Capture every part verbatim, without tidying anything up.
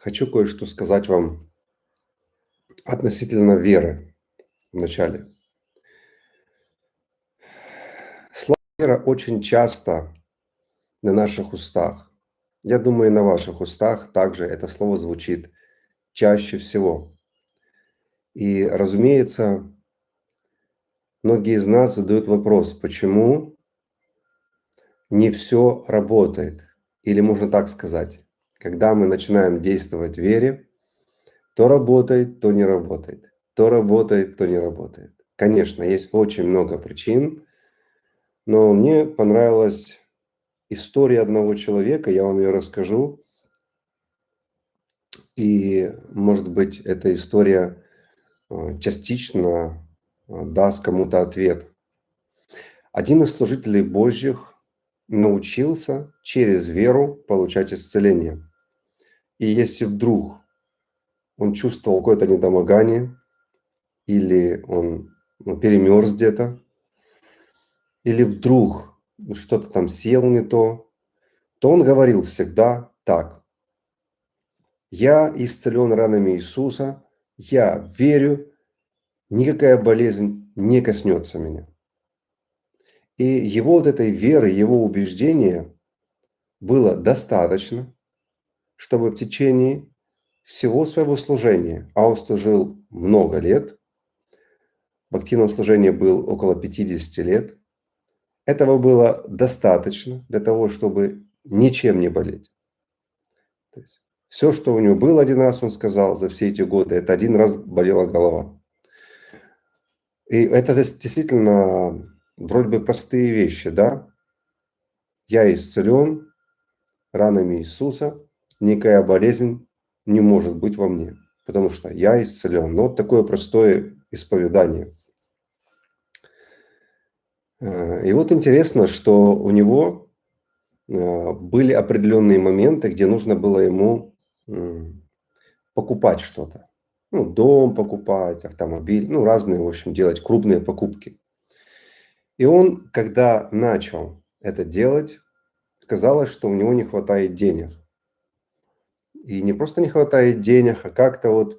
Хочу кое-что сказать вам относительно веры вначале. Слово «вера» очень часто на наших устах. Я думаю, и на ваших устах также это слово звучит чаще всего. И, разумеется, многие из нас задают вопрос, почему не все работает? Или можно так сказать, когда мы начинаем действовать в вере, то работает, то не работает, то работает, то не работает. Конечно, есть очень много причин, но мне понравилась история одного человека, я вам ее расскажу. И, может быть, эта история а, частично а, даст кому-то ответ. Один из служителей Божьих научился через веру получать исцеление. И если вдруг он чувствовал какое-то недомогание, или он ну, перемерз где-то, или вдруг что-то там съел не то, то он говорил всегда так: «Я исцелен ранами Иисуса, я верю, никакая болезнь не коснется меня». И его вот этой веры, его убеждения было достаточно, чтобы в течение всего своего служения, а он служил много лет, в активном служении был около пятидесяти лет, этого было достаточно для того, чтобы ничем не болеть. То есть все, что у него было один раз, он сказал, за все эти годы, это один раз болела голова. И это дес- действительно вроде бы простые вещи, да? Я исцелен ранами Иисуса, никакая болезнь не может быть во мне, потому что я исцелен. Ну, вот такое простое исповедание. Э, И вот интересно, что у него э, были определенные моменты, где нужно было ему м, покупать что-то. Ну, дом покупать, автомобиль, ну, разные, в общем, делать крупные покупки. И он, когда начал это делать, казалось, что у него не хватает денег. И не просто не хватает денег, а как-то вот,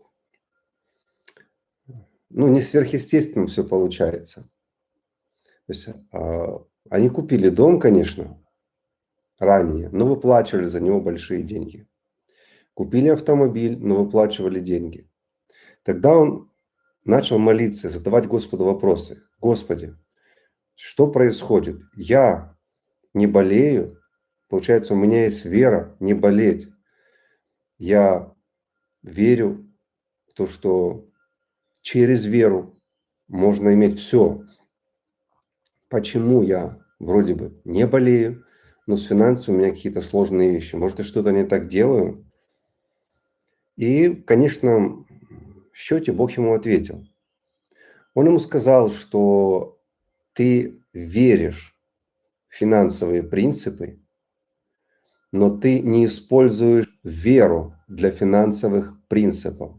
ну, не сверхъестественно все получается. То есть, а, они купили дом, конечно, ранее, но выплачивали за него большие деньги. Купили автомобиль, но выплачивали деньги. Тогда он начал молиться, задавать Господу вопросы. Господи, что происходит? Я не болею, получается, у меня есть вера не болеть. Я верю в то, что через веру можно иметь все. Почему я вроде бы не болею, но с финансами у меня какие-то сложные вещи? Может, я что-то не так делаю? И, конечно, в счете Бог ему ответил. Он ему сказал, что ты веришь в финансовые принципы, но ты не используешь веру для финансовых принципов.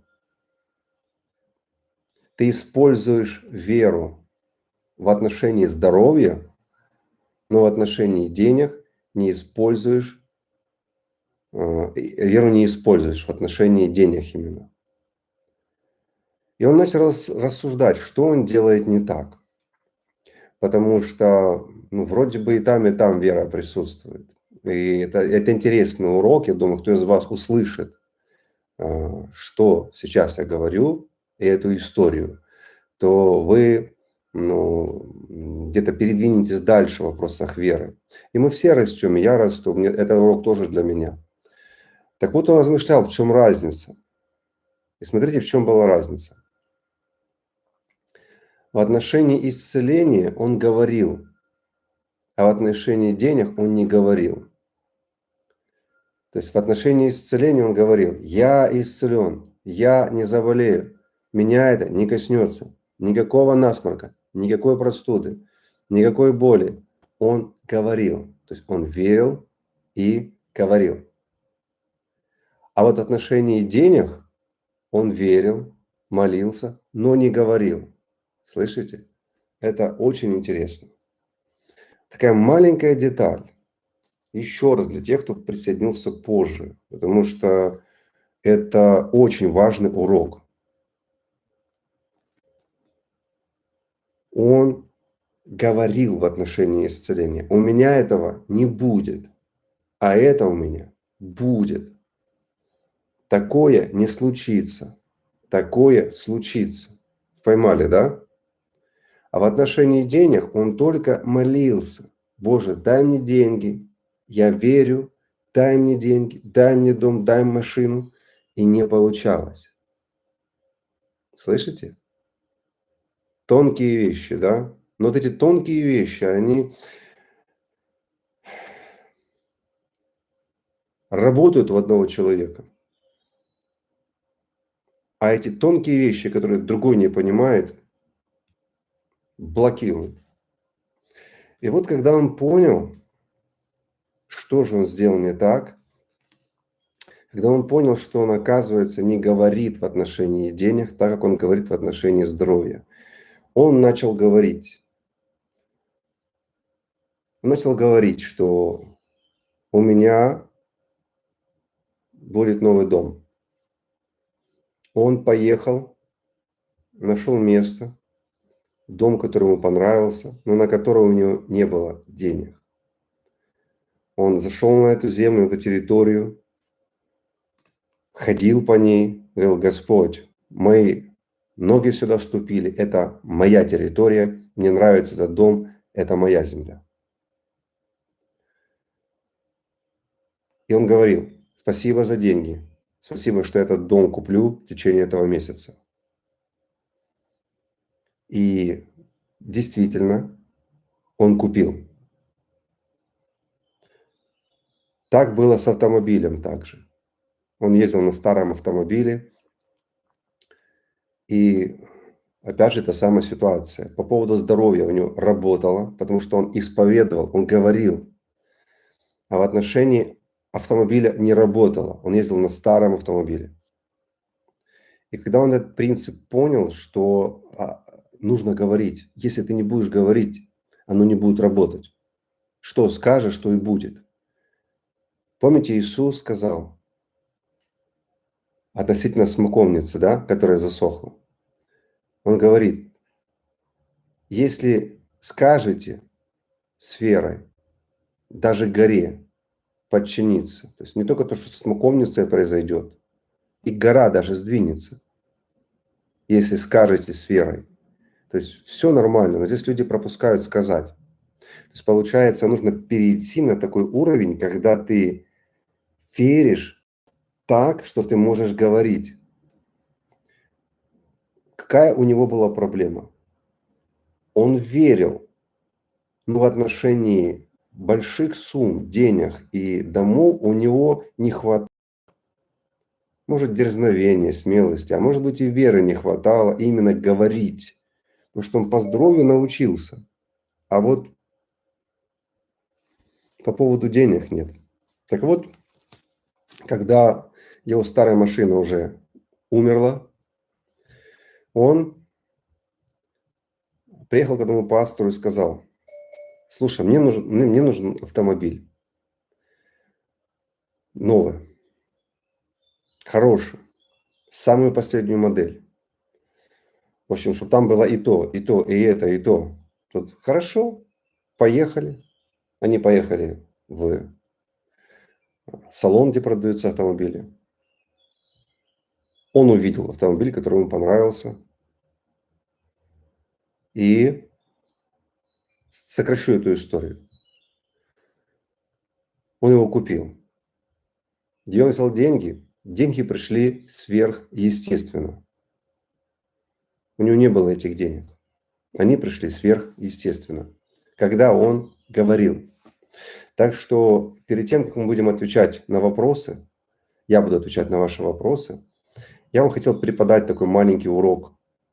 Ты используешь веру в отношении здоровья, но в отношении денег не используешь, э, веру не используешь в отношении денег именно. И он начал рас- рассуждать, что он делает не так. Потому что, ну, вроде бы и там, и там вера присутствует. И это, это интересный урок. Я думаю, кто из вас услышит, э, что сейчас я говорю, и эту историю, то вы ну, м, где-то передвинетесь дальше в вопросах веры. И мы все растем, и я расту. Мне, это урок тоже для меня. Так вот он размышлял, в чем разница. И смотрите, в чем была разница. В отношении исцеления он говорил, а в отношении денег он не говорил. То есть в отношении исцеления он говорил: «Я исцелен, я не заболею, меня это не коснется, никакого насморка, никакой простуды, никакой боли». Он говорил, то есть он верил и говорил. А вот в отношении денег он верил, молился, но не говорил. Слышите? Это очень интересно. Такая маленькая деталь. Еще раз для тех, кто присоединился позже, потому что это очень важный урок. Он говорил в отношении исцеления: у меня этого не будет, а это у меня будет. Такое не случится, такое случится. Поймали, да? А в отношении денег он только молился: Боже, дай мне деньги, я верю, дай мне деньги, дай мне дом, дай машину. И не получалось. Слышите? Тонкие вещи, да? Но вот эти тонкие вещи, они работают в одного человека. А эти тонкие вещи, которые другой не понимает, блокируют. И вот когда он понял, что же он сделал не так, когда он понял, что он, оказывается, не говорит в отношении денег так, как он говорит в отношении здоровья, он начал говорить. Он начал говорить, что у меня будет новый дом. Он поехал, нашел место, дом, который ему понравился, но на который у него не было денег. Он зашел на эту землю, на эту территорию, ходил по ней, говорил: Господь, мои ноги сюда ступили, это моя территория, мне нравится этот дом, это моя земля. И он говорил: спасибо за деньги, спасибо, что я этот дом куплю в течение этого месяца. И действительно, он купил. Так было с автомобилем также. Он ездил на старом автомобиле. И опять же та самая ситуация. По поводу здоровья у него работало, потому что он исповедовал, он говорил. А в отношении автомобиля не работало. Он ездил на старом автомобиле. И когда он этот принцип понял, что нужно говорить. Если ты не будешь говорить, оно не будет работать. Что скажешь, то и будет. Помните, Иисус сказал относительно смоковницы, да, которая засохла. Он говорит: если скажете с верой, даже горе подчиниться, то есть не только то, что с смоковницей произойдет, и гора даже сдвинется, если скажете с верой. То есть все нормально, но здесь люди пропускают сказать. То есть получается, нужно перейти на такой уровень, когда ты веришь так, что ты можешь говорить. Какая у него была проблема? Он верил, но в отношении больших сумм денег и домов у него не хватало. Может, дерзновения, смелости, а может быть и веры не хватало именно говорить. Потому что он по здоровью научился. А вот по поводу денег нет. Так вот, когда его старая машина уже умерла, он приехал к одному пастору и сказал: слушай, мне нужен, мне, мне нужен автомобиль. Новый. Хороший. Самую последнюю модель. В общем, чтобы там было и то, и то, и это, и то. Тут хорошо. Поехали. Они поехали в салон, где продаются автомобили. Он увидел автомобиль, который ему понравился. И сокращу эту историю. Он его купил. Где он взял деньги? Деньги пришли сверхъестественно. У него не было этих денег. Они пришли сверхъестественно, когда он говорил. Так что перед тем, как мы будем отвечать на вопросы, я буду отвечать на ваши вопросы, я вам хотел преподать такой маленький урок.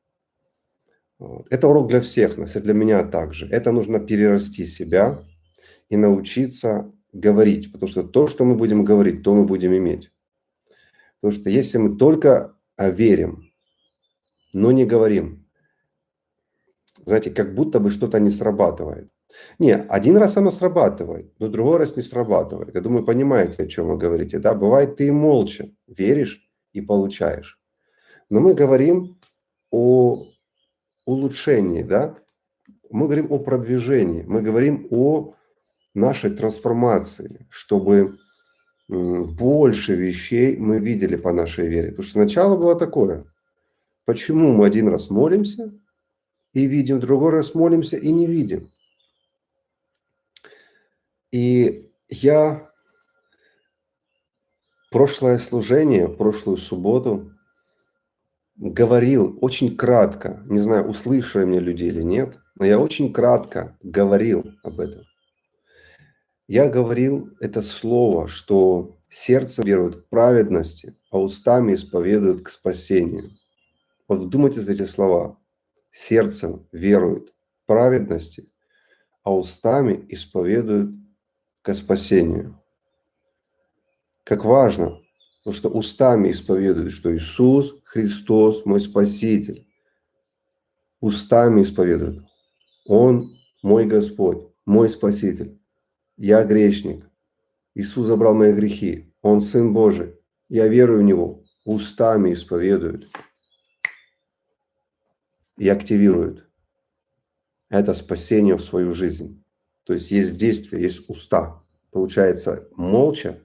Это урок для всех нас, и для меня также. Это нужно перерасти себя и научиться говорить. Потому что то, что мы будем говорить, то мы будем иметь. Потому что если мы только верим, но не говорим, знаете, как будто бы что-то не срабатывает. Не, один раз оно срабатывает, но другой раз не срабатывает. Я думаю, понимаете, о чем вы говорите. Да? Бывает, ты молча веришь и получаешь. Но мы говорим о улучшении, да? Мы говорим о продвижении, мы говорим о нашей трансформации, чтобы больше вещей мы видели по нашей вере. Потому что начало было такое. Почему мы один раз молимся и видим, другой раз молимся и не видим? И я прошлое служение, прошлую субботу говорил очень кратко, не знаю, услышали меня люди или нет, но я очень кратко говорил об этом. Я говорил это слово, что сердцем верует к праведности, а устами исповедуют к спасению. Вот вдумайтесь в эти слова. Сердцем веруют к праведности, а устами исповедуют к спасению. Как важно, потому что устами исповедуют, что Иисус Христос мой Спаситель. Устами исповедуют. Он мой Господь, мой Спаситель. Я грешник. Иисус забрал мои грехи. Он Сын Божий. Я верую в Него. Устами исповедуют и активируют это спасение в свою жизнь. То есть есть действие, есть уста. Получается, молча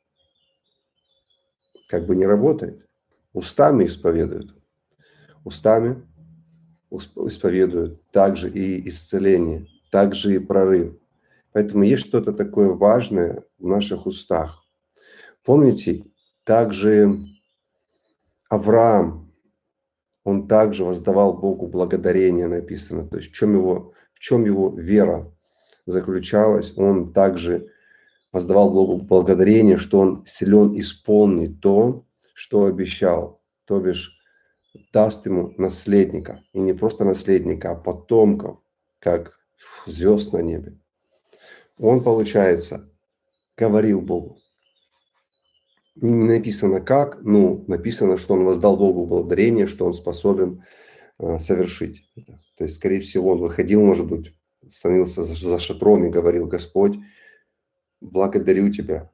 как бы не работает. Устами исповедуют. Устами исповедуют также и исцеление, также и прорыв. Поэтому есть что-то такое важное в наших устах. Помните, также Авраам, он также воздавал Богу благодарение, написано. То есть в чем его, в чем его вера заключалась. Он также воздавал Богу благодарение, что он силен исполнить то, что обещал. То бишь даст ему наследника. И не просто наследника, а потомков, как звезд на небе. Он, получается, говорил Богу. Не написано как, но написано, что он воздал Богу благодарение, что он способен э, совершить это. То есть, скорее всего, он выходил, может быть, становился за, за шатром и говорил: Господь, благодарю Тебя,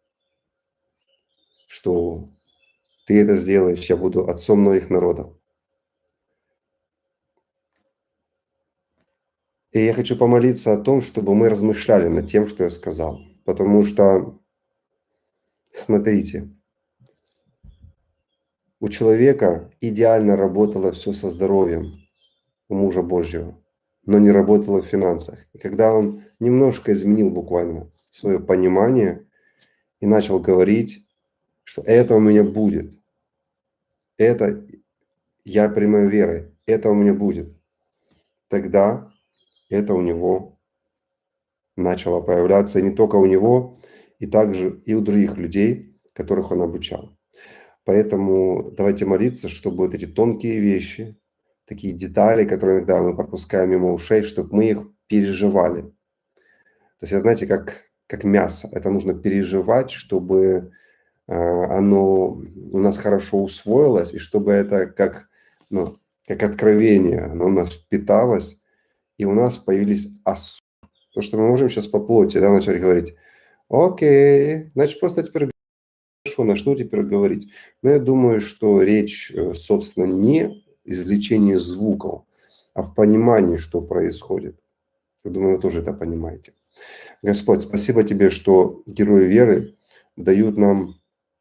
что Ты это сделаешь, я буду отцом многих народов. И я хочу помолиться о том, чтобы мы размышляли над тем, что я сказал. Потому что, смотрите, у человека идеально работало все со здоровьем, у мужа Божьего, но не работало в финансах. И когда он немножко изменил буквально свое понимание и начал говорить, что это у меня будет, это я примаю верой, это у меня будет, тогда это у него начало появляться, и не только у него, и также и у других людей, которых он обучал. Поэтому давайте молиться, чтобы вот эти тонкие вещи, такие детали, которые иногда мы пропускаем мимо ушей, чтобы мы их переживали. То есть это, знаете, как, как мясо. Это нужно переживать, чтобы э, оно у нас хорошо усвоилось, и чтобы это как, ну, как откровение, оно у нас впиталось, и у нас появились особенности. То, что мы можем сейчас по плоти, да, начать говорить: окей, значит, просто теперь хорошо, начну теперь говорить. Но я думаю, что речь, э, собственно, не извлечении звуков, а в понимании, что происходит. Я думаю, вы тоже это понимаете. Господь, спасибо Тебе, что герои веры дают нам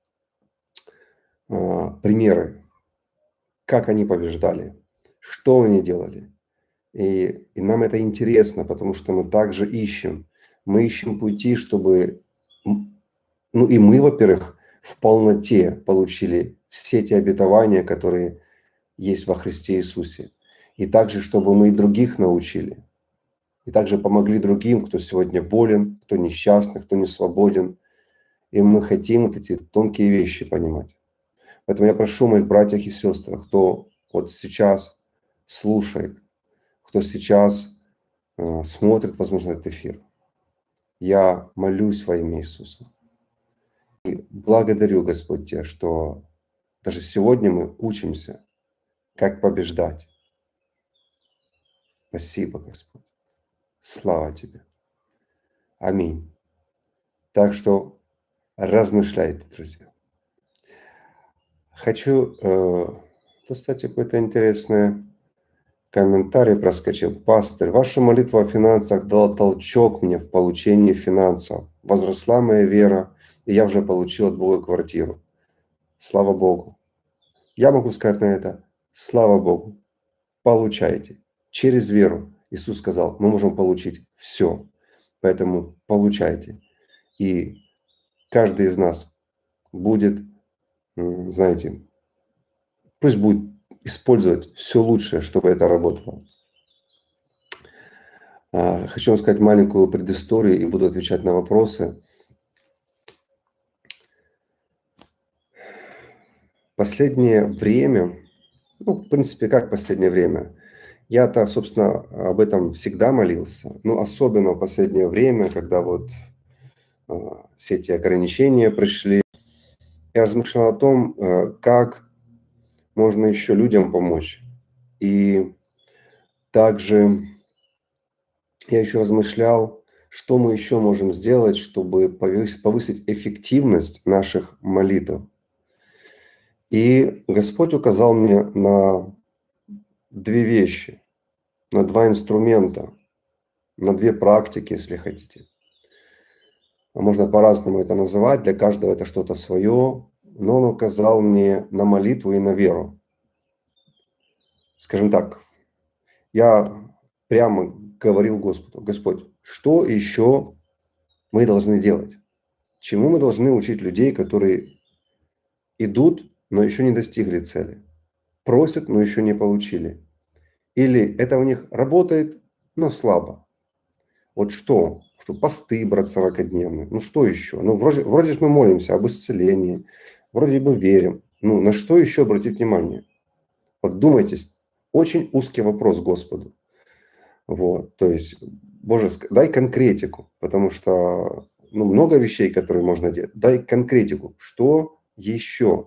а, примеры, как они побеждали, что они делали. И, и нам это интересно, потому что мы также ищем. Мы ищем пути, чтобы, м, ну и мы, во-первых, в полноте получили все те обетования, которые есть во Христе Иисусе. И также, чтобы мы и других научили. И также помогли другим, кто сегодня болен, кто несчастный, кто не свободен. И мы хотим вот эти тонкие вещи понимать. Поэтому я прошу моих братьев и сестер, кто вот сейчас слушает, кто сейчас э, смотрит, возможно, этот эфир. Я молюсь во имя Иисуса. И благодарю, Господь, Тебя, что даже сегодня мы учимся, как побеждать. Спасибо, Господь. Слава Тебе. Аминь. Так что размышляйте, друзья. Хочу, э, тут, кстати, какой-то интересный комментарий проскочил. Пастырь, ваша молитва о финансах дала толчок мне в получении финансов. Возросла моя вера, и я уже получил от Бога квартиру. Слава Богу. Я могу сказать на это, слава Богу, получайте. Через веру. Иисус сказал, мы можем получить все. Поэтому получайте. И каждый из нас будет, м, знаете, пусть будет использовать все лучшее, чтобы это работало. А, Хочу вам сказать маленькую предысторию и буду отвечать на вопросы. Последнее время, ну, в принципе, как последнее время? Я-то, собственно, об этом всегда молился, но особенно в последнее время, когда вот а, все эти ограничения пришли, я размышлял о том, э, как можно еще людям помочь. И также я еще размышлял, что мы еще можем сделать, чтобы повыс- повысить эффективность наших молитв. И Господь указал мне на две вещи, на два инструмента, на две практики, если хотите. А Можно по-разному это называть, для каждого это что-то свое, но Он указал мне на молитву и на веру. Скажем так, я прямо говорил Господу: Господь, что еще мы должны делать? Чему мы должны учить людей, которые идут, но еще не достигли цели? Просят, но еще не получили? Или это у них работает, но слабо? Вот что? Что посты брать сорокадневные? Ну что еще? Ну вроде, вроде же мы молимся об исцелении, вроде бы верим. Ну на что еще обратить внимание? Вот вдумайтесь, очень узкий вопрос Господу. Вот, то есть, Боже, ск- дай конкретику, потому что ну, много вещей, которые можно делать. Дай конкретику, что еще?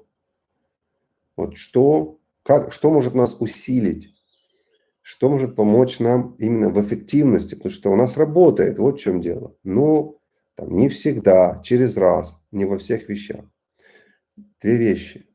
Вот что, как, что может нас усилить? Что может помочь нам именно в эффективности? Потому что у нас работает, вот в чем дело. Но там, не всегда, через раз, не во всех вещах. Две вещи.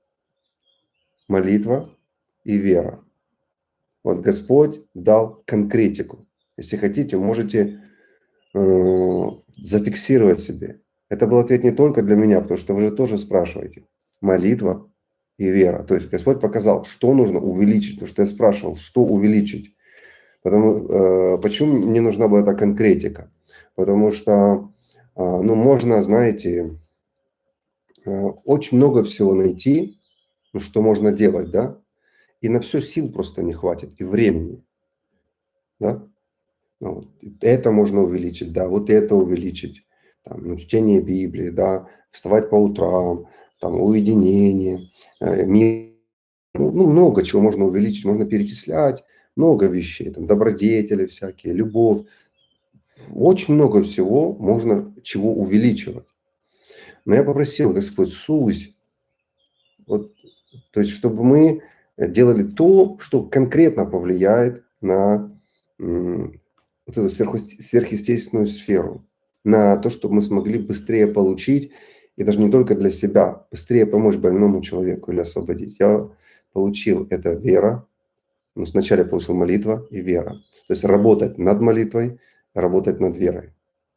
Молитва и вера. Вот Господь дал конкретику. Если хотите, можете э, зафиксировать себе. Это был ответ не только для меня, потому что вы же тоже спрашиваете. Молитва и вера. То есть Господь показал, что нужно увеличить. Потому что я спрашивал, что увеличить. Потому, э, почему мне нужна была эта конкретика? Потому что, а, ну, можно, знаете, э, очень много всего найти, ну, что можно делать, да, и на все сил просто не хватит, и времени, да. Ну, вот это можно увеличить, да, вот это увеличить, там, ну, чтение Библии, да, вставать по утрам, там, уединение, э, ми- ну, ну, много чего можно увеличить, можно перечислять, много вещей, там, добродетели всякие, любовь. Очень много всего можно чего увеличивать. Но я попросил, Господь, суть, вот, то есть, чтобы мы делали то, что конкретно повлияет на м, вот эту сверхъесте- сверхъестественную сферу, на то, чтобы мы смогли быстрее получить, и даже не только для себя, быстрее помочь больному человеку или освободить. Я получил это вера, ну, сначала я получил молитва и вера. То есть работать над молитвой, работать над верой.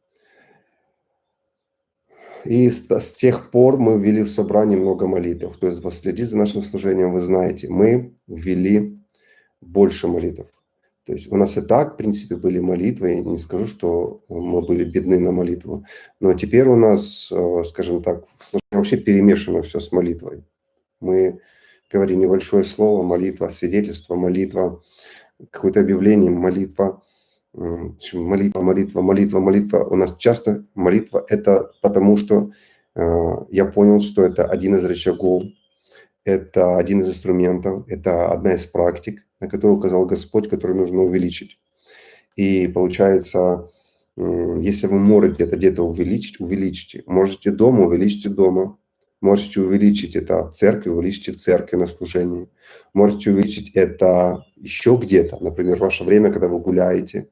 И с, с тех пор мы ввели в собрание много молитв. То есть последите за нашим служением, вы знаете, мы ввели больше молитв. То есть у нас и так, в принципе, были молитвы. Я не скажу, что мы были бедны на молитву. Но теперь у нас, э, скажем так, в служении вообще перемешано все с молитвой. Мы говорим небольшое слово, молитва, свидетельство, молитва, какое-то объявление, молитва. М, в общем, молитва, молитва, молитва, молитва. У нас часто молитва – это потому, что э, я понял, что это один из рычагов, это один из инструментов, это одна из практик, на которую указал Господь, которую нужно увеличить. И получается, м, если вы можете это где-то увеличить, увеличьте. Можете дома, увеличьте дома. Можете увеличить это в церкви, увеличьте в церкви на служении. Можете увеличить это еще где-то, например, в ваше время, когда вы гуляете,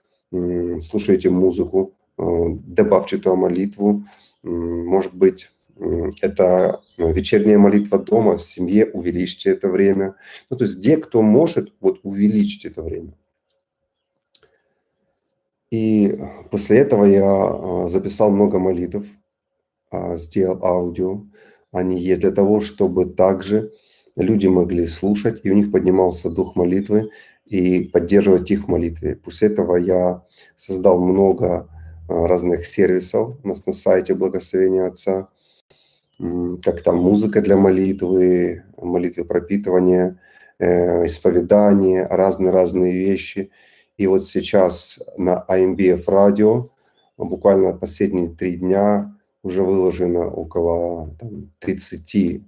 м, слушаете музыку, э, добавьте туда молитву, м, может быть, м, это ну, вечерняя молитва дома, в семье, увеличьте это время. Ну, то есть где кто может, вот увеличить это время. И после этого я а, записал много молитв, а, сделал аудио. Они есть для того, чтобы также люди могли слушать, и у них поднимался дух молитвы, и поддерживать их в молитве. После этого я создал много а, разных сервисов у нас на сайте Благословения Отца, м, как там музыка для молитвы, молитвы пропитывания, э, исповедание, разные-разные вещи. И вот сейчас на ай эм би эф радио буквально последние три дня уже выложено около там, тридцати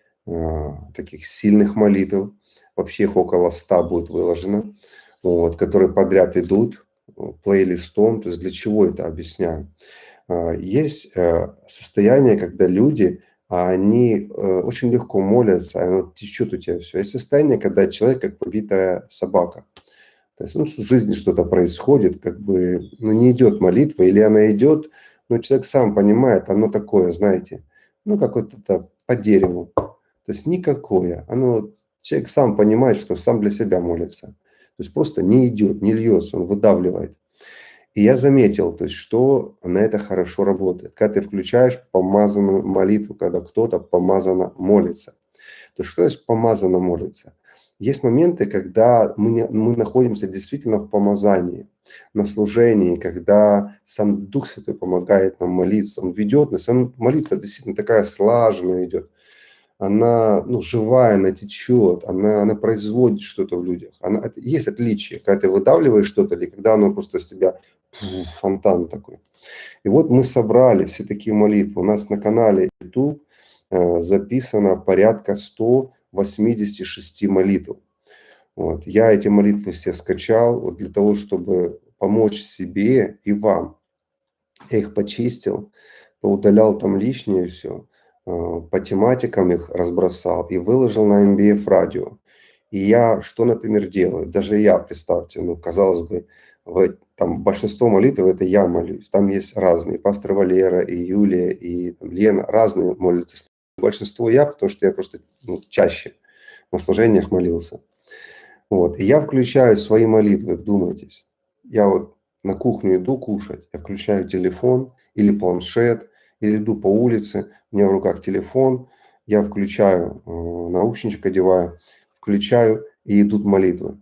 а, таких сильных молитв. Вообще их около ста будет выложено, вот, которые подряд идут э, плейлистом. То есть для чего это объясняю? А, Есть э, состояние, когда люди, а, они э, очень легко молятся, и оно течет у тебя все. Есть состояние, когда человек как побитая собака. То есть, ну, что в жизни что-то происходит, как бы, ну, не идет молитва, или она идет, но человек сам понимает, оно такое, знаете, ну, как вот это по дереву. То есть никакое. Оно, человек сам понимает, что сам для себя молится. То есть просто не идет, не льется, он выдавливает. И я заметил, то есть, что на это хорошо работает. Когда ты включаешь помазанную молитву, когда кто-то помазанно молится. То есть, что значит помазанно молится? Есть моменты, когда мы, не- мы находимся действительно в помазании, на служении, когда сам Дух Святой помогает нам молиться. Он ведет нас. Он, молитва действительно такая слаженная идет. Она ну, живая, она течет, она, она производит что-то в людях. Она, это- есть отличие, когда ты выдавливаешь что-то, или когда оно просто с тебя пф, фонтан такой. И вот мы собрали все такие молитвы. У нас на канале YouTube э, записано порядка ста восьмидесяти шести молитв. Вот. Я эти молитвы все скачал вот для того, чтобы помочь себе и вам. Я их почистил, поудалял там лишнее все, по тематикам их разбросал и выложил на эм би эф радио. И я что, например, делаю? Даже я, представьте, ну, казалось бы, в, там большинство молитв это я молюсь. Там есть разные. Пастор Валера, и Юлия, и там, Лена. Разные молятся. Большинство я, потому что я просто ну, чаще на служениях молился. Вот. И я включаю свои молитвы, вдумайтесь. Я вот на кухню иду кушать, я включаю телефон или планшет, или иду по улице, у меня в руках телефон, я включаю, э, наушничек одеваю, включаю, и идут молитвы.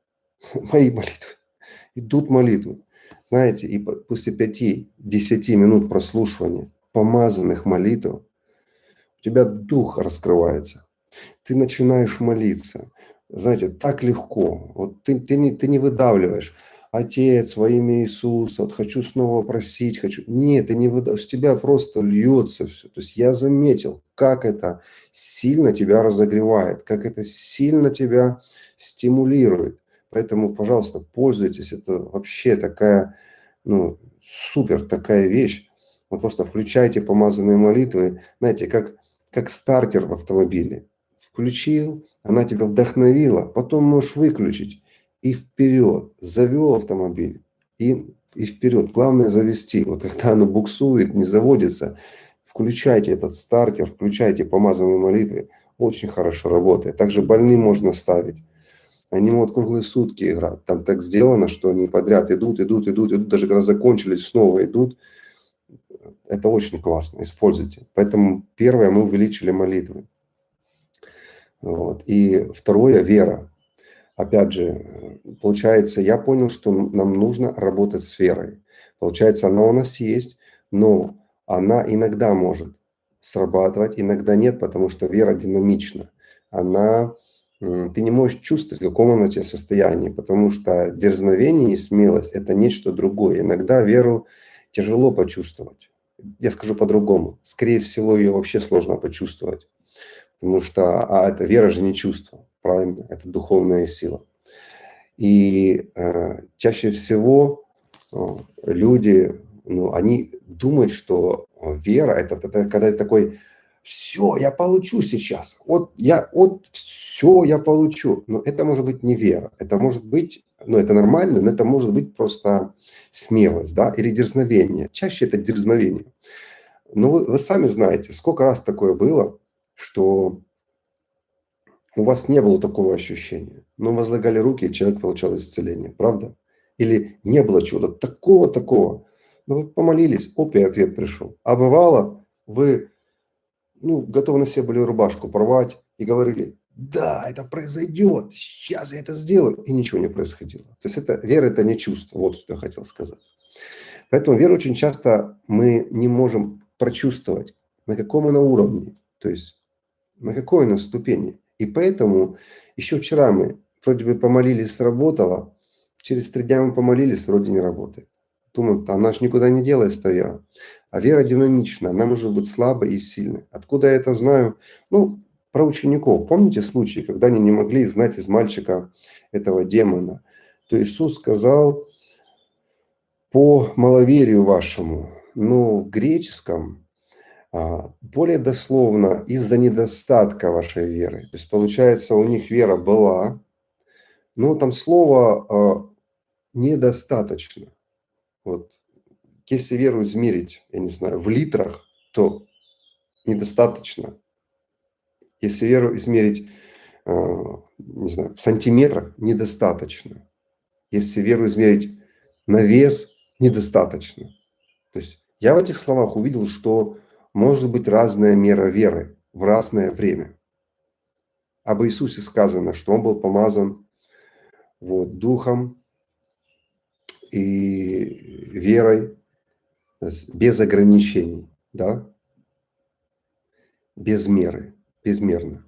Мои молитвы. Идут молитвы. Знаете, и по- после пяти-десяти минут прослушивания помазанных молитв у тебя дух раскрывается. Ты начинаешь молиться. Знаете, так легко. Вот ты, ты, не, ты не выдавливаешь. Отец, во имя Иисуса, вот хочу снова просить, хочу. Нет, ты не выдавливаешь. С тебя просто льется все. То есть я заметил, как это сильно тебя разогревает, как это сильно тебя стимулирует. Поэтому, пожалуйста, пользуйтесь. Это вообще такая, ну, супер такая вещь. Вот просто включайте помазанные молитвы. Знаете, как, как стартер в автомобиле. Включил, она тебя вдохновила, потом можешь выключить и вперед. Завел автомобиль и, и вперед. Главное завести. Вот когда оно буксует, не заводится, включайте этот стартер, включайте помазанные молитвы. Очень хорошо работает. Также больным можно ставить. Они могут круглые сутки играть. Там так сделано, что они подряд идут, идут, идут, идут. Даже когда закончились, снова идут. Это очень классно. Используйте. Поэтому первое, мы увеличили молитвы. Вот. И второе – вера. Опять же, э, получается, я понял, что нам нужно работать с верой. Получается, она у нас есть, но она иногда может срабатывать, иногда нет, потому что вера динамична. Она, м, ты не можешь чувствовать, в каком она у тебя состоянии, потому что дерзновение и смелость – это нечто другое. Иногда веру тяжело почувствовать. Я скажу по-другому. Скорее всего, ее вообще сложно почувствовать. Потому что а это вера же не чувство, правильно? Это духовная сила. И э, чаще всего э, люди, ну, они думают, что э, вера это, это когда ты такой, все, я получу сейчас, вот я, вот все я получу. Но это может быть не вера, это может быть, ну, это нормально, но это может быть просто смелость, да, или дерзновение. Чаще это дерзновение. Ну, вы, вы сами знаете, сколько раз такое было, что у вас не было такого ощущения, но возлагали руки, и человек получал исцеление, правда? Или не было чуда такого-такого, но вы помолились, оп, и ответ пришел. А бывало, вы ну, готовы на себе были рубашку порвать и говорили, да, это произойдет, сейчас я это сделаю, и ничего не происходило. То есть это вера, это не чувство, вот что я хотел сказать. Поэтому веру очень часто мы не можем прочувствовать, на каком она уровне, то есть на какой она ступени. И поэтому еще вчера мы вроде бы помолились, сработало, через три дня мы помолились, вроде не работает. Думаем, да она же никуда не делается, эта вера. А вера динамична, она может быть слабой и сильной. Откуда я это знаю? Ну, про учеников. Помните случай, когда они не могли знать из мальчика этого демона? То Иисус сказал, по маловерию вашему, но в греческом а, более дословно из-за недостатка вашей веры. То есть получается у них вера была, но там слово а, недостаточно. Вот. Если веру измерить, я не знаю, в литрах, то недостаточно. Если веру измерить, а, не знаю, в сантиметрах, недостаточно. Если веру измерить на вес, недостаточно. То есть я в этих словах увидел, что может быть разная мера веры в разное время. Об Иисусе сказано, что Он был помазан вот, духом и верой, то есть без ограничений, да, без меры, безмерно.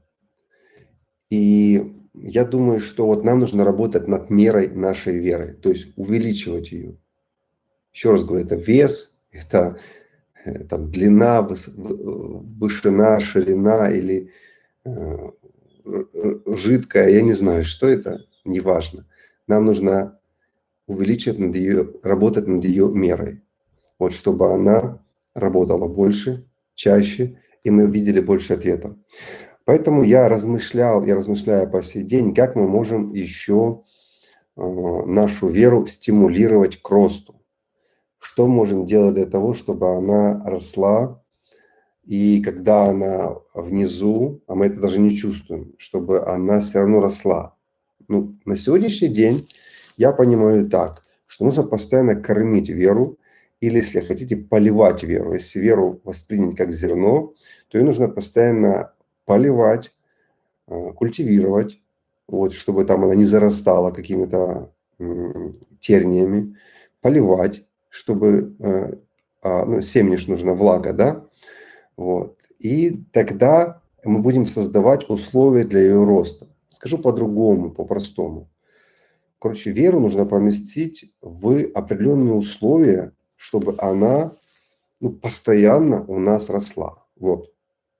И я думаю, что вот нам нужно работать над мерой нашей веры, то есть увеличивать ее. Еще раз говорю, это вес, это э, там, длина, выс- в- вышина, ширина или э, э, жидкая, я не знаю, что это, неважно. Нам нужно увеличивать над ее, работать над ее мерой. Вот чтобы она работала больше, чаще, и мы видели больше ответов. Поэтому я размышлял, я размышляю по сей день, как мы можем еще э, нашу веру стимулировать к росту. Что можем делать для того, чтобы она росла, и когда она внизу, а мы это даже не чувствуем, чтобы она все равно росла. Ну, на сегодняшний день я понимаю так, что нужно постоянно кормить веру, или, если хотите, поливать веру. Если веру воспринять как зерно, то ее нужно постоянно поливать, э, культивировать, вот, чтобы там она не зарастала какими-то м, терниями, поливать, чтобы э, а, ну, семени ж нужна влага, да, вот. И тогда мы будем создавать условия для ее роста. Скажу по-другому, по-простому. Короче, веру нужно поместить в определенные условия, чтобы она ну, постоянно у нас росла. Вот.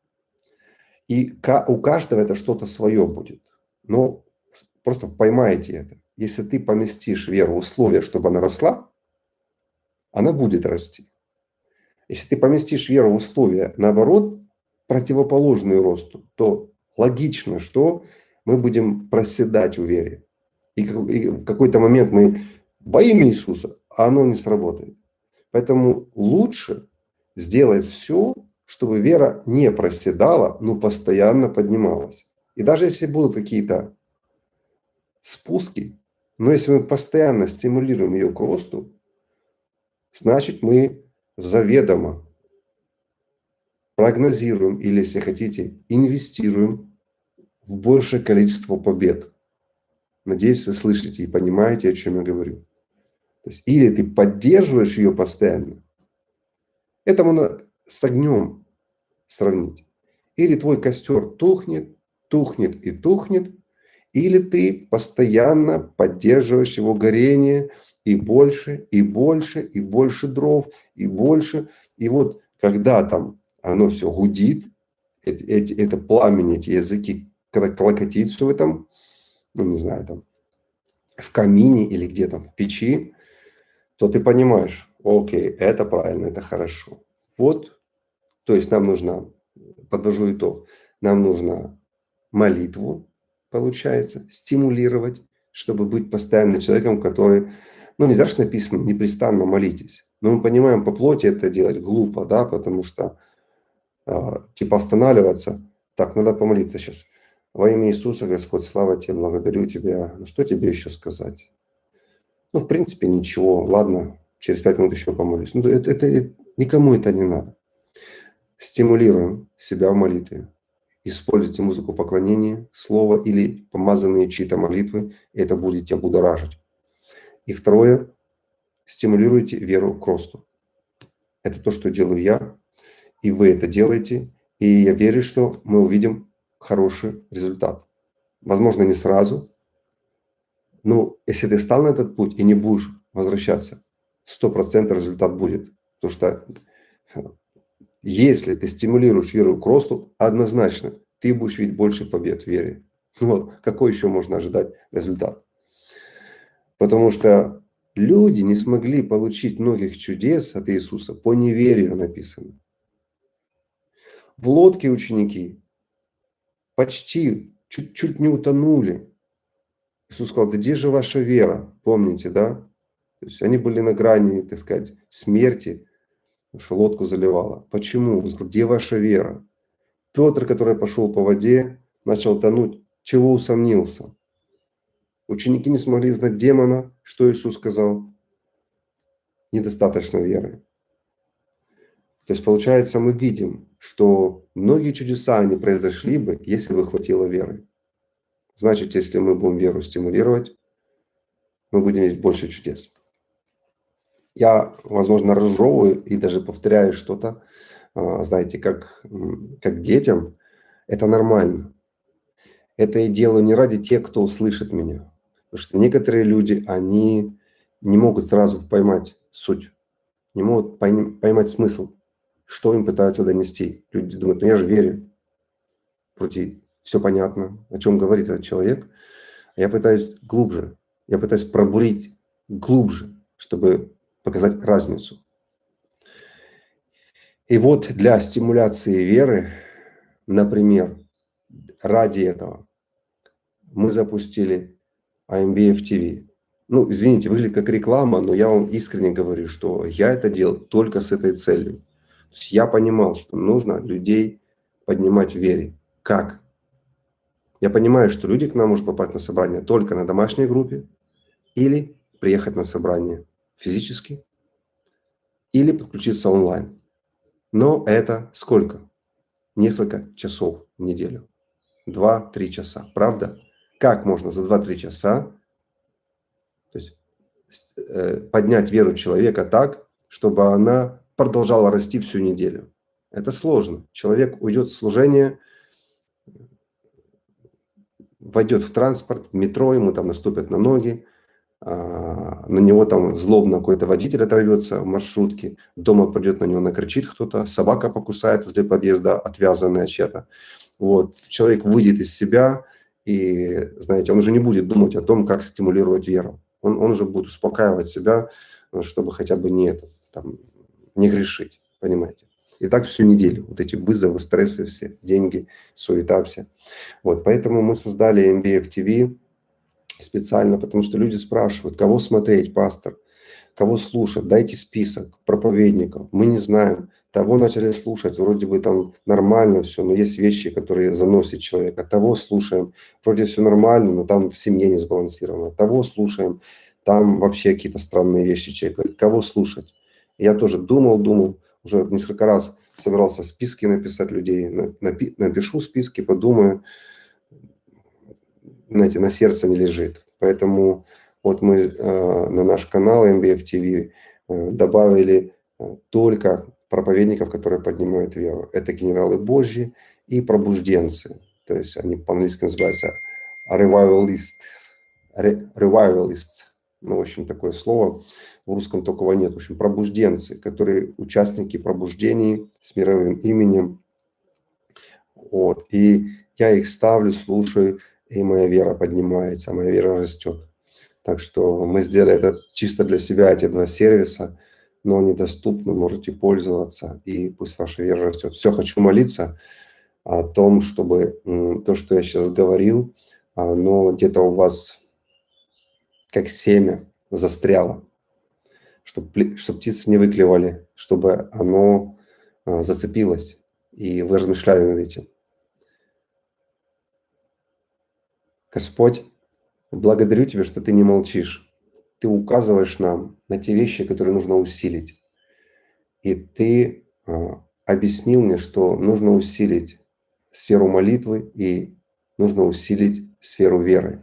И ка- у каждого это что-то свое будет. Но просто поймайте это. Если ты поместишь веру в условия, чтобы она росла, она будет расти. Если ты поместишь веру в условия, наоборот, противоположные росту, то логично, что мы будем проседать в вере. И как- и в какой-то момент мы во имя Иисуса, а оно не сработает. Поэтому лучше сделать все, чтобы вера не проседала, но постоянно поднималась. И даже если будут какие-то спуски, но если мы постоянно стимулируем ее к росту, значит мы заведомо прогнозируем или, если хотите, инвестируем в большее количество побед. Надеюсь, вы слышите и понимаете, о чем я говорю. То есть или ты поддерживаешь ее постоянно, это можно с огнем сравнить. Или твой костер тухнет, тухнет и тухнет, или ты постоянно поддерживаешь его горение и больше, и больше, и больше дров, и больше. И вот когда там оно все гудит, эти, эти- это пламени, эти языки, когда клокотит все в этом, ну не знаю, там в камине или где-то в печи, то ты понимаешь, окей, это правильно, это хорошо. Вот, то есть нам нужно, подвожу итог, нам нужно молитву, получается, стимулировать, чтобы быть постоянно человеком, который, ну не зря ж написано, непрестанно молитесь. Но мы понимаем, по плоти это делать глупо, да, потому что а, типа останавливаться. Так, надо помолиться сейчас. Во имя Иисуса, Господь, слава Тебе, благодарю Тебя. Ну что тебе еще сказать? Ну, в принципе, ничего. Ладно, через пять минут еще помолюсь. Ну, это, это, это- никому это не надо. Стимулируем себя в молитве. Используйте музыку поклонения, слово или помазанные чьи-то молитвы, и это будет тебя будоражить. И второе, стимулируйте веру к росту. Это то, что делаю я, и вы это делаете, и я верю, что мы увидим хороший результат. Возможно, не сразу, но если ты стал на этот путь и не будешь возвращаться, сто процентов результат будет. Потому что если ты стимулируешь веру к росту, однозначно ты будешь видеть больше побед в вере. Вот. Какой еще можно ожидать результат? Потому что люди не смогли получить многих чудес от Иисуса по неверию, написано. В лодке ученики почти чуть-чуть не утонули. Иисус сказал: да где же ваша вера? Помните, да? То есть они были на грани, так сказать, смерти, потому что лодку заливало. Почему? Он сказал: где ваша вера? Петр, который пошел по воде, начал тонуть. Чего усомнился? Ученики не смогли знать демона. Что Иисус сказал? Недостаточно веры. То есть, получается, мы видим, что многие чудеса не произошли бы, если бы хватило веры. Значит, если мы будем веру стимулировать, мы будем иметь больше чудес. Я, возможно, разжевываю и даже повторяю что-то, а, знаете, как, м, как детям. Это нормально. Это я делаю не ради тех, кто услышит меня. Потому что некоторые люди, они не могут сразу поймать суть, не могут пойм- поймать смысл, что им пытаются донести. Люди думают: ну я же верю, вроде все понятно, о чем говорит этот человек. А я пытаюсь глубже, я пытаюсь пробурить глубже, чтобы показать разницу. И вот для стимуляции веры, например, ради этого мы запустили ай эм би эф ти ви. Ну, извините, выглядит как реклама, но я вам искренне говорю, что я это делал только с этой целью. То есть я понимал, что нужно людей поднимать в вере. Как? Я понимаю, что люди к нам могут попасть на собрание только на домашней группе или приехать на собрание физически, или подключиться онлайн. Но это сколько? Несколько часов в неделю. два-три часа. Правда? Как можно за два-три часа, то есть, э, поднять веру человека так, чтобы она продолжала расти всю неделю? Это сложно. Человек уйдет в служение, войдет в транспорт, в метро, ему там наступят на ноги, а, на него там злобно какой-то водитель оторвется в маршрутке, дома придет на него, накричит кто-то, собака покусает возле подъезда, отвязанная чья-то. Вот. Человек выйдет из себя, и, знаете, он уже не будет думать о том, как стимулировать веру. Он, он уже будет успокаивать себя, чтобы хотя бы не, это, там, не грешить, понимаете. И так всю неделю. Вот эти вызовы, стрессы все, деньги, суета все. Вот, поэтому мы создали эй эм би эф ти ви специально, потому что люди спрашивают, кого смотреть, пастор, кого слушать, дайте список проповедников. Мы не знаем. Того начали слушать, вроде бы там нормально все, но есть вещи, которые заносят человека. Того слушаем, вроде все нормально, но там в семье не сбалансировано. Того слушаем, там вообще какие-то странные вещи человек говорит. Кого слушать? Я тоже думал, думал, уже несколько раз собирался списки написать людей, напи- напишу списки, подумаю. Знаете, на сердце не лежит. Поэтому вот мы э, на наш канал эм би эф ти ви э, добавили э, только проповедников, которые поднимают веру. Это генералы Божьи и пробужденцы. То есть они по-английски называются revivalists. Revivalists. Ну, в общем, такое слово. В русском такого нет. В общем, пробужденцы, которые участники пробуждений с мировым именем. Вот. И я их ставлю, слушаю, и моя вера поднимается, моя вера растет. Так что мы сделали это чисто для себя, эти два сервиса, но они доступны, можете пользоваться, и пусть ваша вера растет. Все, хочу молиться о том, чтобы м, то, что я сейчас говорил, оно где-то у вас как семя застряло, чтобы чтоб птицы не выклевали, чтобы оно а, зацепилось, и вы размышляли над этим. Господь, благодарю Тебя, что Ты не молчишь. Ты указываешь нам на те вещи, которые нужно усилить. И Ты а, объяснил мне, что нужно усилить сферу молитвы и нужно усилить сферу веры.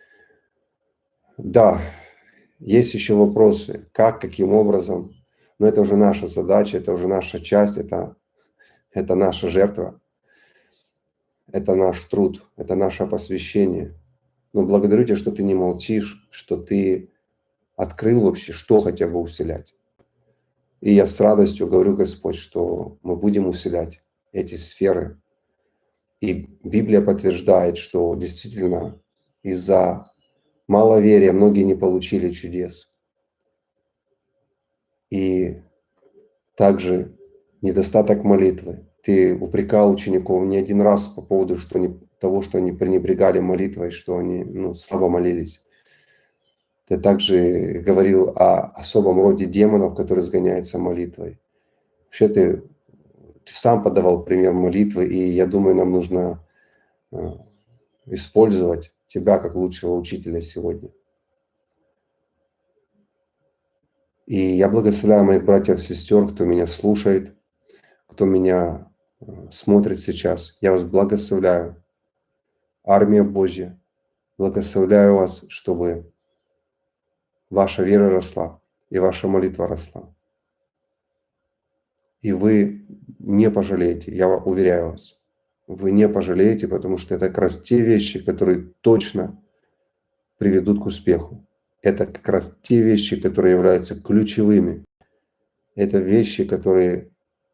Да, есть еще вопросы, как, каким образом, но это уже наша задача, это уже наша часть, это, это наша жертва, это наш труд, это наше посвящение. Но благодарю Тебя, что Ты не молчишь, что Ты открыл вообще, что хотя бы усилять. И я с радостью говорю, Господь, что мы будем усилять эти сферы. И Библия подтверждает, что действительно из-за маловерия многие не получили чудес. И также недостаток молитвы. Ты упрекал учеников не один раз по поводу что они, того, что они пренебрегали молитвой, что они ну, слабо молились. Ты также говорил о особом роде демонов, которые сгоняются молитвой. Вообще ты, ты сам подавал пример молитвы, и я думаю, нам нужно э, использовать тебя как лучшего учителя сегодня. И я благословляю моих братьев и сестер, кто меня слушает, кто меня э, смотрит сейчас. Я вас благословляю. Армия Божья, благословляю вас, чтобы ваша вера росла и ваша молитва росла. И вы не пожалеете, я уверяю вас. Вы не пожалеете, потому что это как раз те вещи, которые точно приведут к успеху. Это как раз те вещи, которые являются ключевыми. Это вещи, которые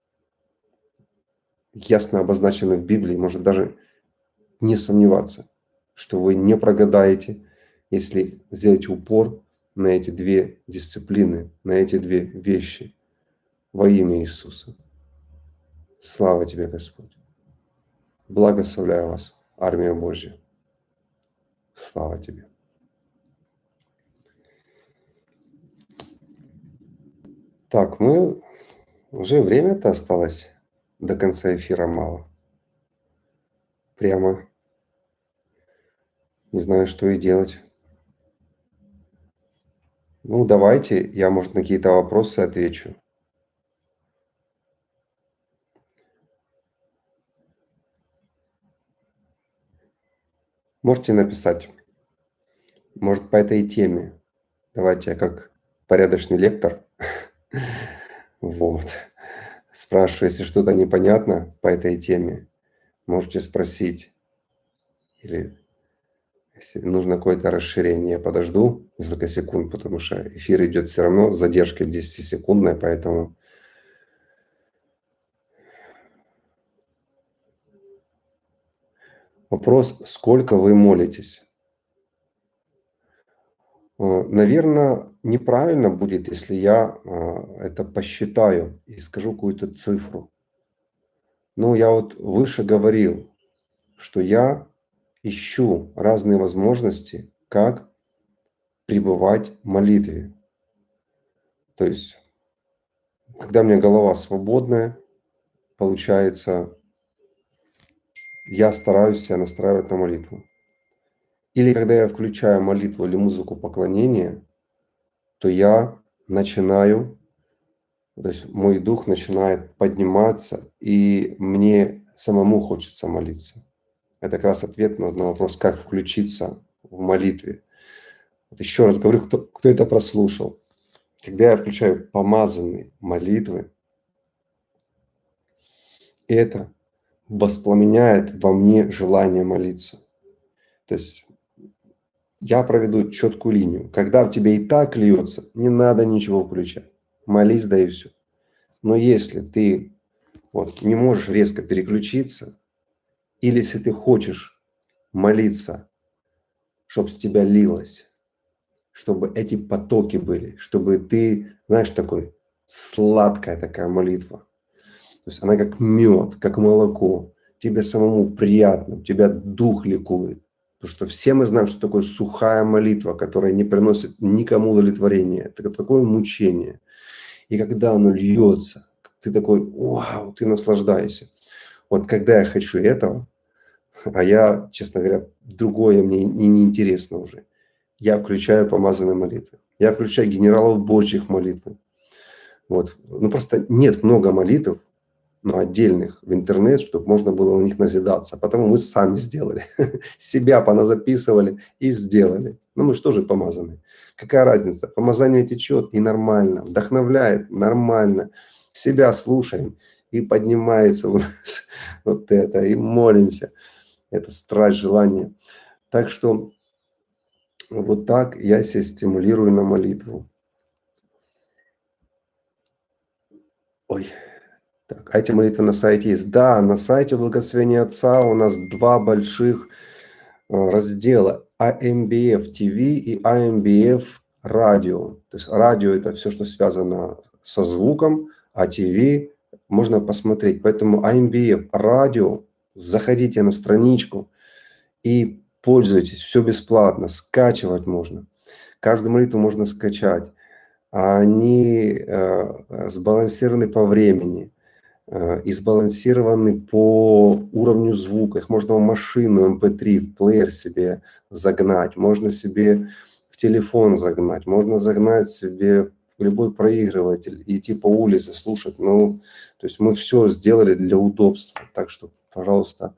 ясно обозначены в Библии. Может даже не сомневаться, что вы не прогадаете, если сделаете упор на эти две дисциплины, на эти две вещи во имя Иисуса. Слава Тебе, Господь. Благословляю вас, армия Божья. Слава Тебе. Так, мы уже время-то осталось до конца эфира мало. Прямо не знаю, что и делать. Ну, давайте, я, может, на какие-то вопросы отвечу. Можете написать, может, по этой теме. Давайте я как порядочный лектор, вот, спрашиваю, если что-то непонятно по этой теме, можете спросить. Или если нужно какое-то расширение, я подожду несколько секунд, потому что эфир идет все равно с задержкой десятисекундной, поэтому вопрос, сколько вы молитесь? Наверное, неправильно будет, если я это посчитаю и скажу какую-то цифру. Но я вот выше говорил, что я ищу разные возможности, как пребывать в молитве. То есть, когда у меня голова свободная, получается, я стараюсь себя настраивать на молитву. Или когда я включаю молитву или музыку поклонения, то я начинаю, то есть мой дух начинает подниматься, и мне самому хочется молиться. Это как раз ответ на вопрос, как включиться в молитве. Вот еще раз говорю, кто, кто это прослушал. Когда я включаю помазанные молитвы, это воспламеняет во мне желание молиться. То есть я проведу четкую линию. Когда в тебе и так льется, не надо ничего включать. Молись, да и все. Но если ты вот, не можешь резко переключиться, или если ты хочешь молиться, чтобы с тебя лилось, чтобы эти потоки были, чтобы ты, знаешь, такой сладкая такая молитва. То есть она как мед, как молоко. Тебе самому приятно, у тебя дух ликует. Потому что все мы знаем, что такое сухая молитва, которая не приносит никому удовлетворения. Это такое мучение. И когда оно льется, ты такой, вау, ты наслаждаешься. Вот когда я хочу этого, а я, честно говоря, другое мне не, не интересно уже. Я включаю помазанные молитвы. Я включаю генералов Божьих молитвы. Вот. Ну, просто нет много молитв, но отдельных в интернет, чтобы можно было у них назидаться. Потому мы сами сделали. Себя поназаписывали и сделали. Ну, мы что же помазаны? Какая разница? Помазание течет и нормально. Вдохновляет нормально. Себя слушаем и поднимается у нас вот это. И молимся. Это страсть, желание. Так что вот так я себя стимулирую на молитву. Ой. Так, а эти молитвы на сайте есть? Да, на сайте Благословения Отца у нас два больших раздела: эй эм би эф ти ви и эй эм би эф радио. То есть радио — это все, что связано со звуком, а ти ви можно посмотреть. Поэтому эй эм би эф радио, заходите на страничку и пользуйтесь. Все бесплатно, скачивать можно. Каждую молитву можно скачать. Они э, сбалансированы по времени и сбалансированы по уровню звука. Их можно в машину эм пэ три, в плеер себе загнать, можно себе в телефон загнать, можно загнать себе в любой проигрыватель, идти по улице, слушать. Ну, то есть мы все сделали для удобства. Так что, пожалуйста,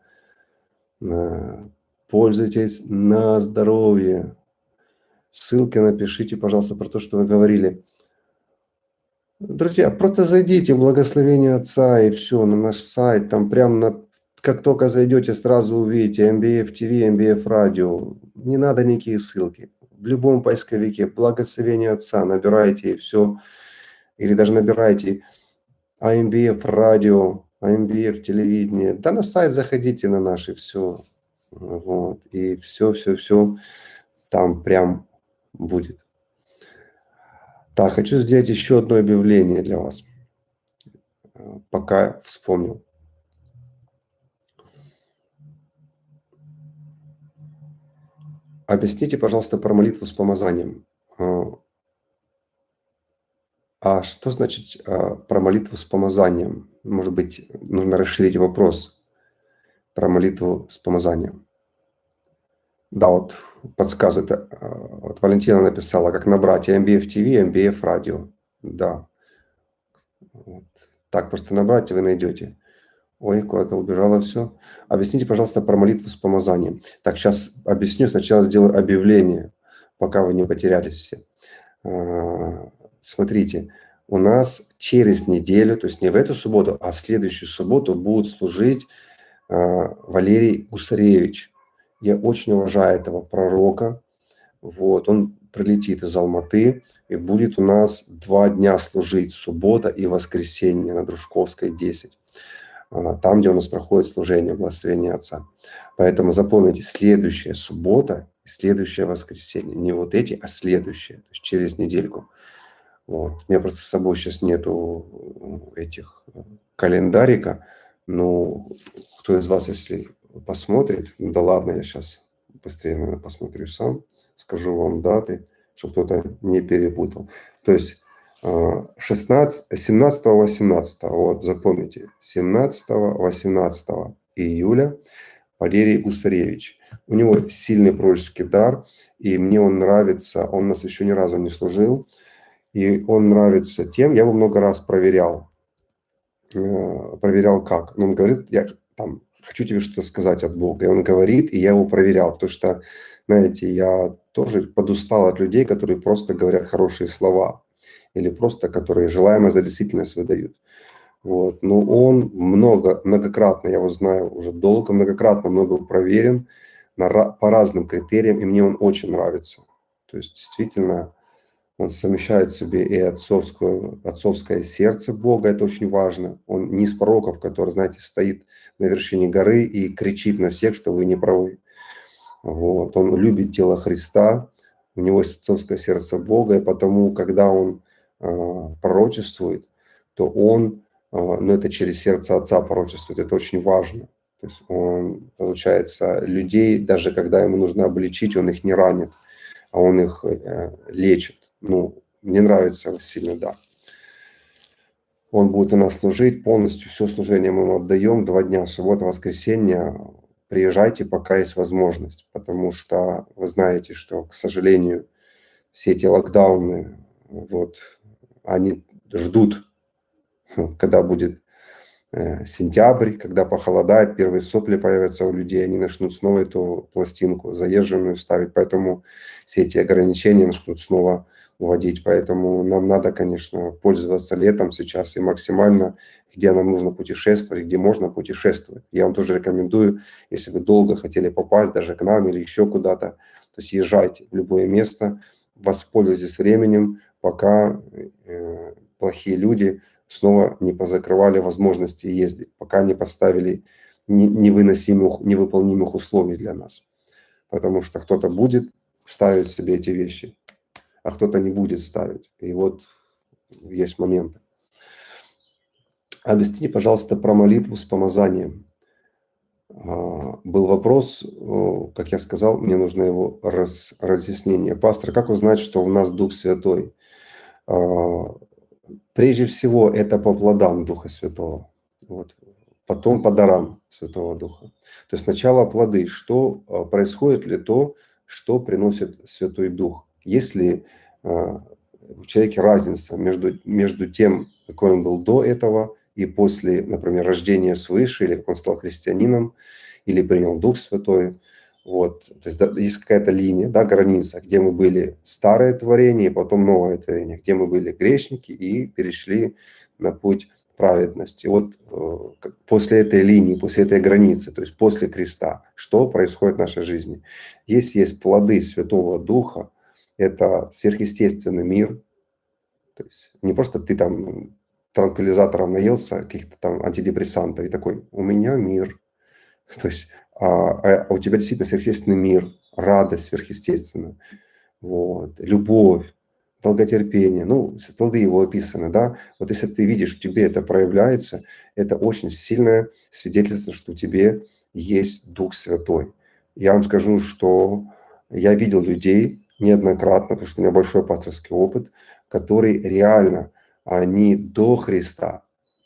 пользуйтесь на здоровье. Ссылки напишите, пожалуйста, про то, что вы говорили. Друзья, просто зайдите в Благословение Отца и все, на наш сайт. Там прям на, как только зайдете, сразу увидите эм би эф ти ви, эм би эф радио. Не надо никакие ссылки. В любом поисковике Благословение Отца набирайте и все. Или даже набирайте эй эм би эф радио, эй эм би эф телевидение. Да на сайт заходите на наш и все. Вот. И все, все, все там прям будет. Так, хочу сделать еще одно объявление для вас, пока вспомнил. Объясните, пожалуйста, про молитву с помазанием. А что значит про молитву с помазанием? Может быть, нужно расширить вопрос про молитву с помазанием. Да, вот подсказывает. Вот Валентина написала, как набрать эм би эф ти ви, эм би эф радио. Да. Вот. Так просто набрать, и вы найдете. Ой, куда-то убежало все. Объясните, пожалуйста, про молитву с помазанием. Так, сейчас объясню. Сначала сделаю объявление, пока вы не потерялись все. Смотрите, у нас через неделю, то есть не в эту субботу, а в следующую субботу будет служить Валерий Гусаревич. Я очень уважаю этого пророка. Вот, он прилетит из Алматы и будет у нас два дня служить, суббота и воскресенье на Дружковской, десять. Там, где у нас проходит служение Благословения Отца. Поэтому запомните, следующая суббота и следующее воскресенье. Не вот эти, а следующее, то есть через недельку. Вот. У меня просто с собой сейчас нету этих календарика. Но кто из вас, если посмотрит, да ладно, я сейчас быстрее, наверное, посмотрю сам, скажу вам даты, чтобы кто-то не перепутал. То есть шестнадцатого, семнадцатого, восемнадцатого, вот запомните, семнадцатого, восемнадцатого июля Валерий Гусаревич. У него сильный пророческий дар, и мне он нравится, он нас еще ни разу не служил, и он нравится тем, я его много раз проверял, проверял как. Он говорит, я там хочу тебе что-то сказать от Бога, и он говорит, и я его проверял, потому что, знаете, я тоже подустал от людей, которые просто говорят хорошие слова, или просто которые желаемое за действительность выдают. Вот. Но он много, многократно, я его знаю уже долго, многократно мной был проверен на, по разным критериям, и мне он очень нравится. То есть действительно он совмещает в себе и отцовское, отцовское сердце Бога, это очень важно. Он не из пророков, который, знаете, стоит на вершине горы и кричит на всех, что вы не правы. Вот. Он любит тело Христа, у него есть отцовское сердце Бога, и потому, когда он пророчествует, то он, ну это через сердце Отца пророчествует, это очень важно. То есть он, получается, людей, даже когда ему нужно обличить, он их не ранит, а он их э, лечит. Ну, мне нравится сильно, да. Он будет у нас служить полностью, все служение мы ему отдаем, два дня, суббота, воскресенье. Приезжайте, пока есть возможность, потому что вы знаете, что, к сожалению, все эти локдауны, вот, они ждут, когда будет э, сентябрь, когда похолодает, первые сопли появятся у людей, они начнут снова эту пластинку заезженную ставить, поэтому все эти ограничения начнут снова вводить, поэтому нам надо, конечно, пользоваться летом сейчас и максимально, где нам нужно путешествовать, где можно путешествовать. Я вам тоже рекомендую, если вы долго хотели попасть даже к нам или еще куда-то, то есть езжайте в любое место, воспользуйтесь временем, пока э, плохие люди снова не позакрывали возможности ездить, пока не поставили невыносимых, невыполнимых условий для нас. Потому что кто-то будет ставить себе эти вещи, а кто-то не будет ставить. И вот есть моменты. Объясните, пожалуйста, про молитву с помазанием. Был вопрос, как я сказал, мне нужно его раз, разъяснение. Пастор, как узнать, что в нас Дух Святой? Прежде всего, это по плодам Духа Святого. Вот. Потом по дарам Святого Духа. То есть сначала плоды. Что происходит ли то, что приносит Святой Дух? Если в человеке разница между, между тем, какой он был до этого и после, например, рождения свыше, или как он стал христианином, или принял Дух Святой. Вот. То есть есть какая-то линия, да, граница, где мы были старое творение, и потом новое творение, где мы были грешники и перешли на путь праведности. Вот э, после этой линии, после этой границы, то есть после креста, что происходит в нашей жизни? Если есть плоды Святого Духа, это сверхъестественный мир, то есть не просто ты там транквилизаторов наелся, каких-то там антидепрессантов, и такой, у меня мир. То есть а, а у тебя действительно сверхъестественный мир, радость сверхъестественная, вот, любовь, долготерпение, ну, плоды его описаны, да. Вот если ты видишь, тебе это проявляется, это очень сильное свидетельство, что у тебе есть Дух Святой. Я вам скажу, что я видел людей неоднократно, потому что у меня большой пасторский опыт, которые реально, они до Христа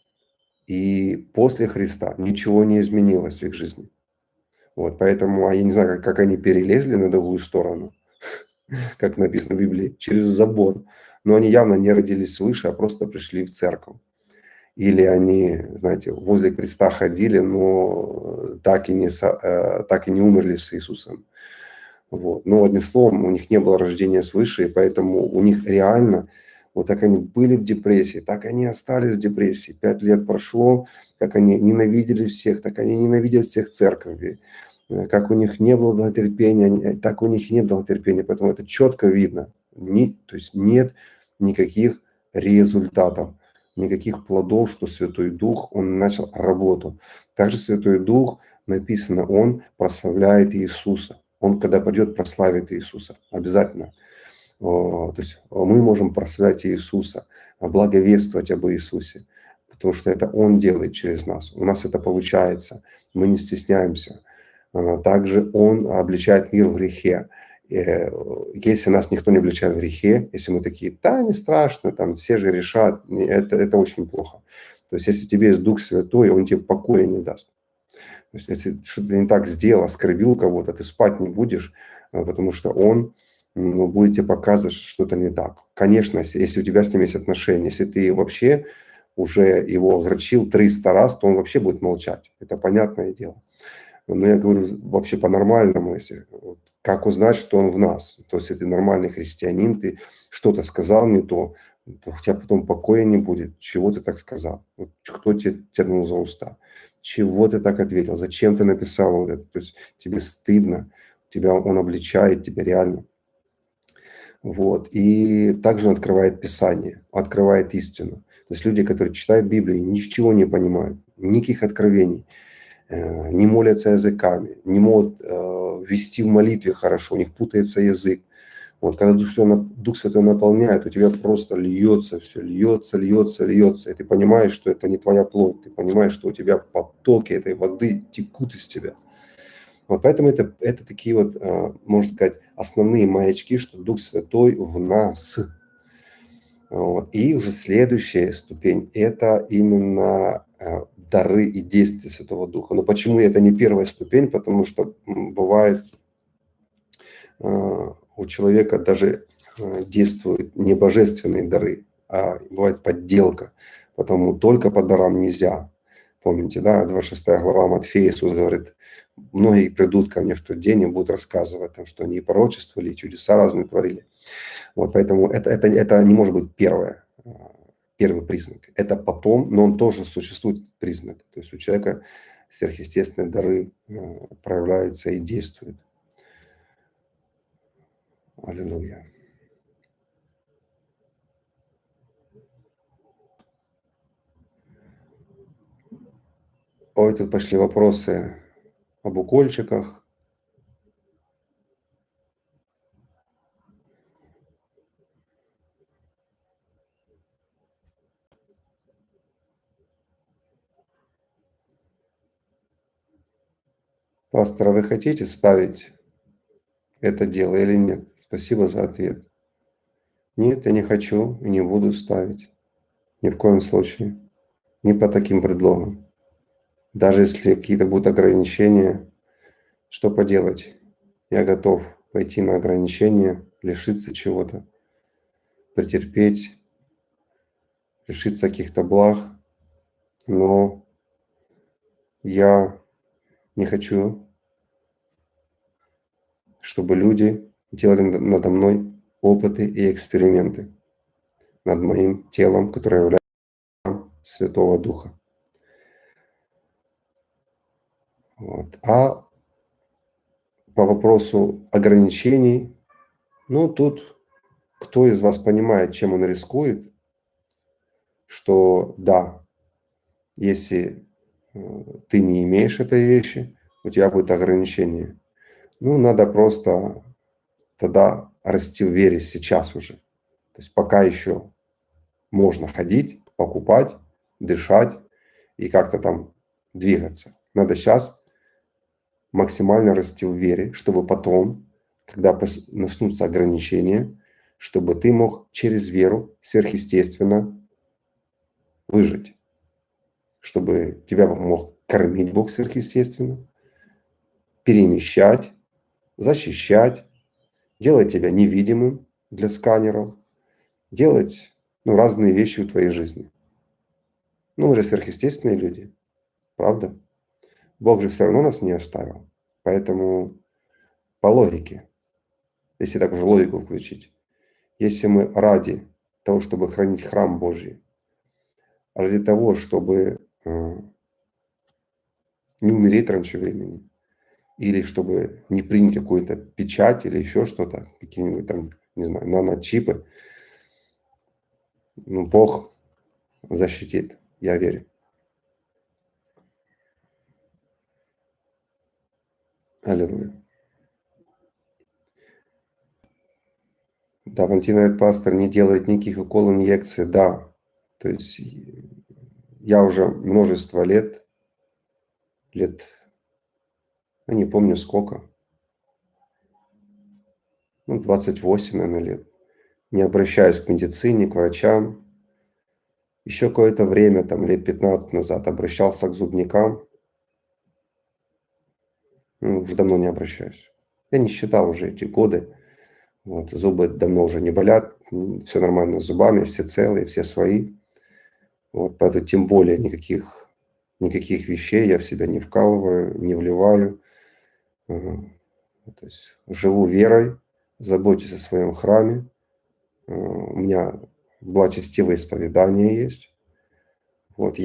и после Христа ничего не изменилось в их жизни. Вот, поэтому, а я не знаю, как, как они перелезли на другую сторону, как написано в Библии, через забор. Но они явно не родились свыше, а просто пришли в церковь. Или они, знаете, возле креста ходили, но так и не, так и не умерли с Иисусом. Вот. Но, одним словом, у них не было рождения свыше, и поэтому у них реально, вот так они были в депрессии, так они остались в депрессии. Пять лет прошло, как они ненавидели всех, так они ненавидят всех церкви. Как у них не было долготерпения, так у них и нет долготерпения. Поэтому это четко видно. Не, то есть нет никаких результатов, никаких плодов, что Святой Дух, Он начал работу. Также Святой Дух, написано, Он прославляет Иисуса. Он, когда придет, прославит Иисуса. Обязательно. То есть мы можем прославлять Иисуса, благовествовать об Иисусе, потому что это Он делает через нас. У нас это получается. Мы не стесняемся. Также Он обличает мир в грехе. Если нас никто не обличает в грехе, если мы такие, да, не страшно, там все же решат, это, это очень плохо. То есть если тебе есть Дух Святой, Он тебе покоя не даст. То есть если что-то не так сделал, оскорбил кого-то, ты спать не будешь, потому что Он ну, будет тебе показывать, что что-то не так. Конечно, если, если у тебя с ним есть отношения, если ты вообще уже его огорчил триста раз, то он вообще будет молчать. Это понятное дело. Но я говорю вообще по-нормальному, если вот, как узнать, что он в нас. То есть, если ты нормальный христианин, ты что-то сказал не то, то у тебя потом покоя не будет. Чего ты так сказал? Вот, кто тебе тянул за уста? Чего ты так ответил? Зачем ты написал вот это? То есть тебе стыдно, тебя он обличает тебя реально. Вот. И также он открывает Писание, открывает истину. То есть люди, которые читают Библию, ничего не понимают, никаких откровений, не молятся языками, не могут вести в молитве хорошо, у них путается язык. Вот когда Дух Святой, Дух Святой наполняет, у тебя просто льется все, льется, льется, льется. И ты понимаешь, что это не твоя плоть. Ты понимаешь, что у тебя потоки этой воды текут из тебя. Вот поэтому это, это такие вот, можно сказать, основные маячки, что Дух Святой в нас. Вот. И уже следующая ступень – это именно дары и действия Святого Духа. Но почему это не первая ступень? Потому что бывает у человека даже действуют не божественные дары, а бывает подделка. Потому только по дарам нельзя. Помните, да, двадцать шестая глава Матфея, Иисус говорит: многие придут ко мне в тот день и будут рассказывать, там, что они и пророчествовали, и чудеса разные творили. Вот поэтому это, это, это не может быть первое, первый признак. Это потом, но он тоже существует, признак. То есть у человека сверхъестественные дары проявляются и действуют. Аллилуйя. Ой, тут пошли вопросы об укольчиках. Пастор, а вы хотите ставить это дело или нет? Спасибо за ответ. Нет, я не хочу и не буду ставить. Ни в коем случае. Не по таким предлогам. Даже если какие-то будут ограничения, что поделать? Я готов пойти на ограничения, лишиться чего-то, претерпеть, лишиться каких-то благ, но я не хочу, чтобы люди делали надо мной опыты и эксперименты над моим телом, которое является Святого Духа. Вот. А по вопросу ограничений, ну тут кто из вас понимает, чем он рискует, что да, если ты не имеешь этой вещи, у тебя будет ограничение. Ну, надо просто тогда расти в вере сейчас уже. То есть пока еще можно ходить, покупать, дышать и как-то там двигаться. Надо сейчас максимально расти в вере, чтобы потом, когда начнутся ограничения, чтобы ты мог через веру сверхъестественно выжить. Чтобы тебя мог кормить Бог сверхъестественно, перемещать, защищать, делать тебя невидимым для сканеров, делать ну, разные вещи в твоей жизни. Ну, мы же сверхъестественные люди, правда? Бог же все равно нас не оставил. Поэтому по логике, если так уже логику включить, если мы ради того, чтобы хранить храм Божий, ради того, чтобы э, не умереть раньше времени, или чтобы не принять какую-то печать или еще что-то, какие-нибудь там, не знаю, наночипы, ну, Бог защитит, я верю. Аллилуйя. Да, Валентин, пастор не делает никаких уколов, инъекций, да. То есть я уже множество лет, лет, я не помню сколько, ну, двадцать восемь, наверное, лет, не обращаюсь к медицине, к врачам. Еще какое-то время, там лет пятнадцать назад, обращался к зубникам. Ну, уже давно не обращаюсь. Я не считал уже эти годы. Вот, зубы давно уже не болят, все нормально с зубами, все целые, все свои. Вот, поэтому тем более никаких, никаких вещей я в себя не вкалываю, не вливаю. То есть живу верой, забочусь о своем храме. У меня благочестивое исповедание есть. Вот,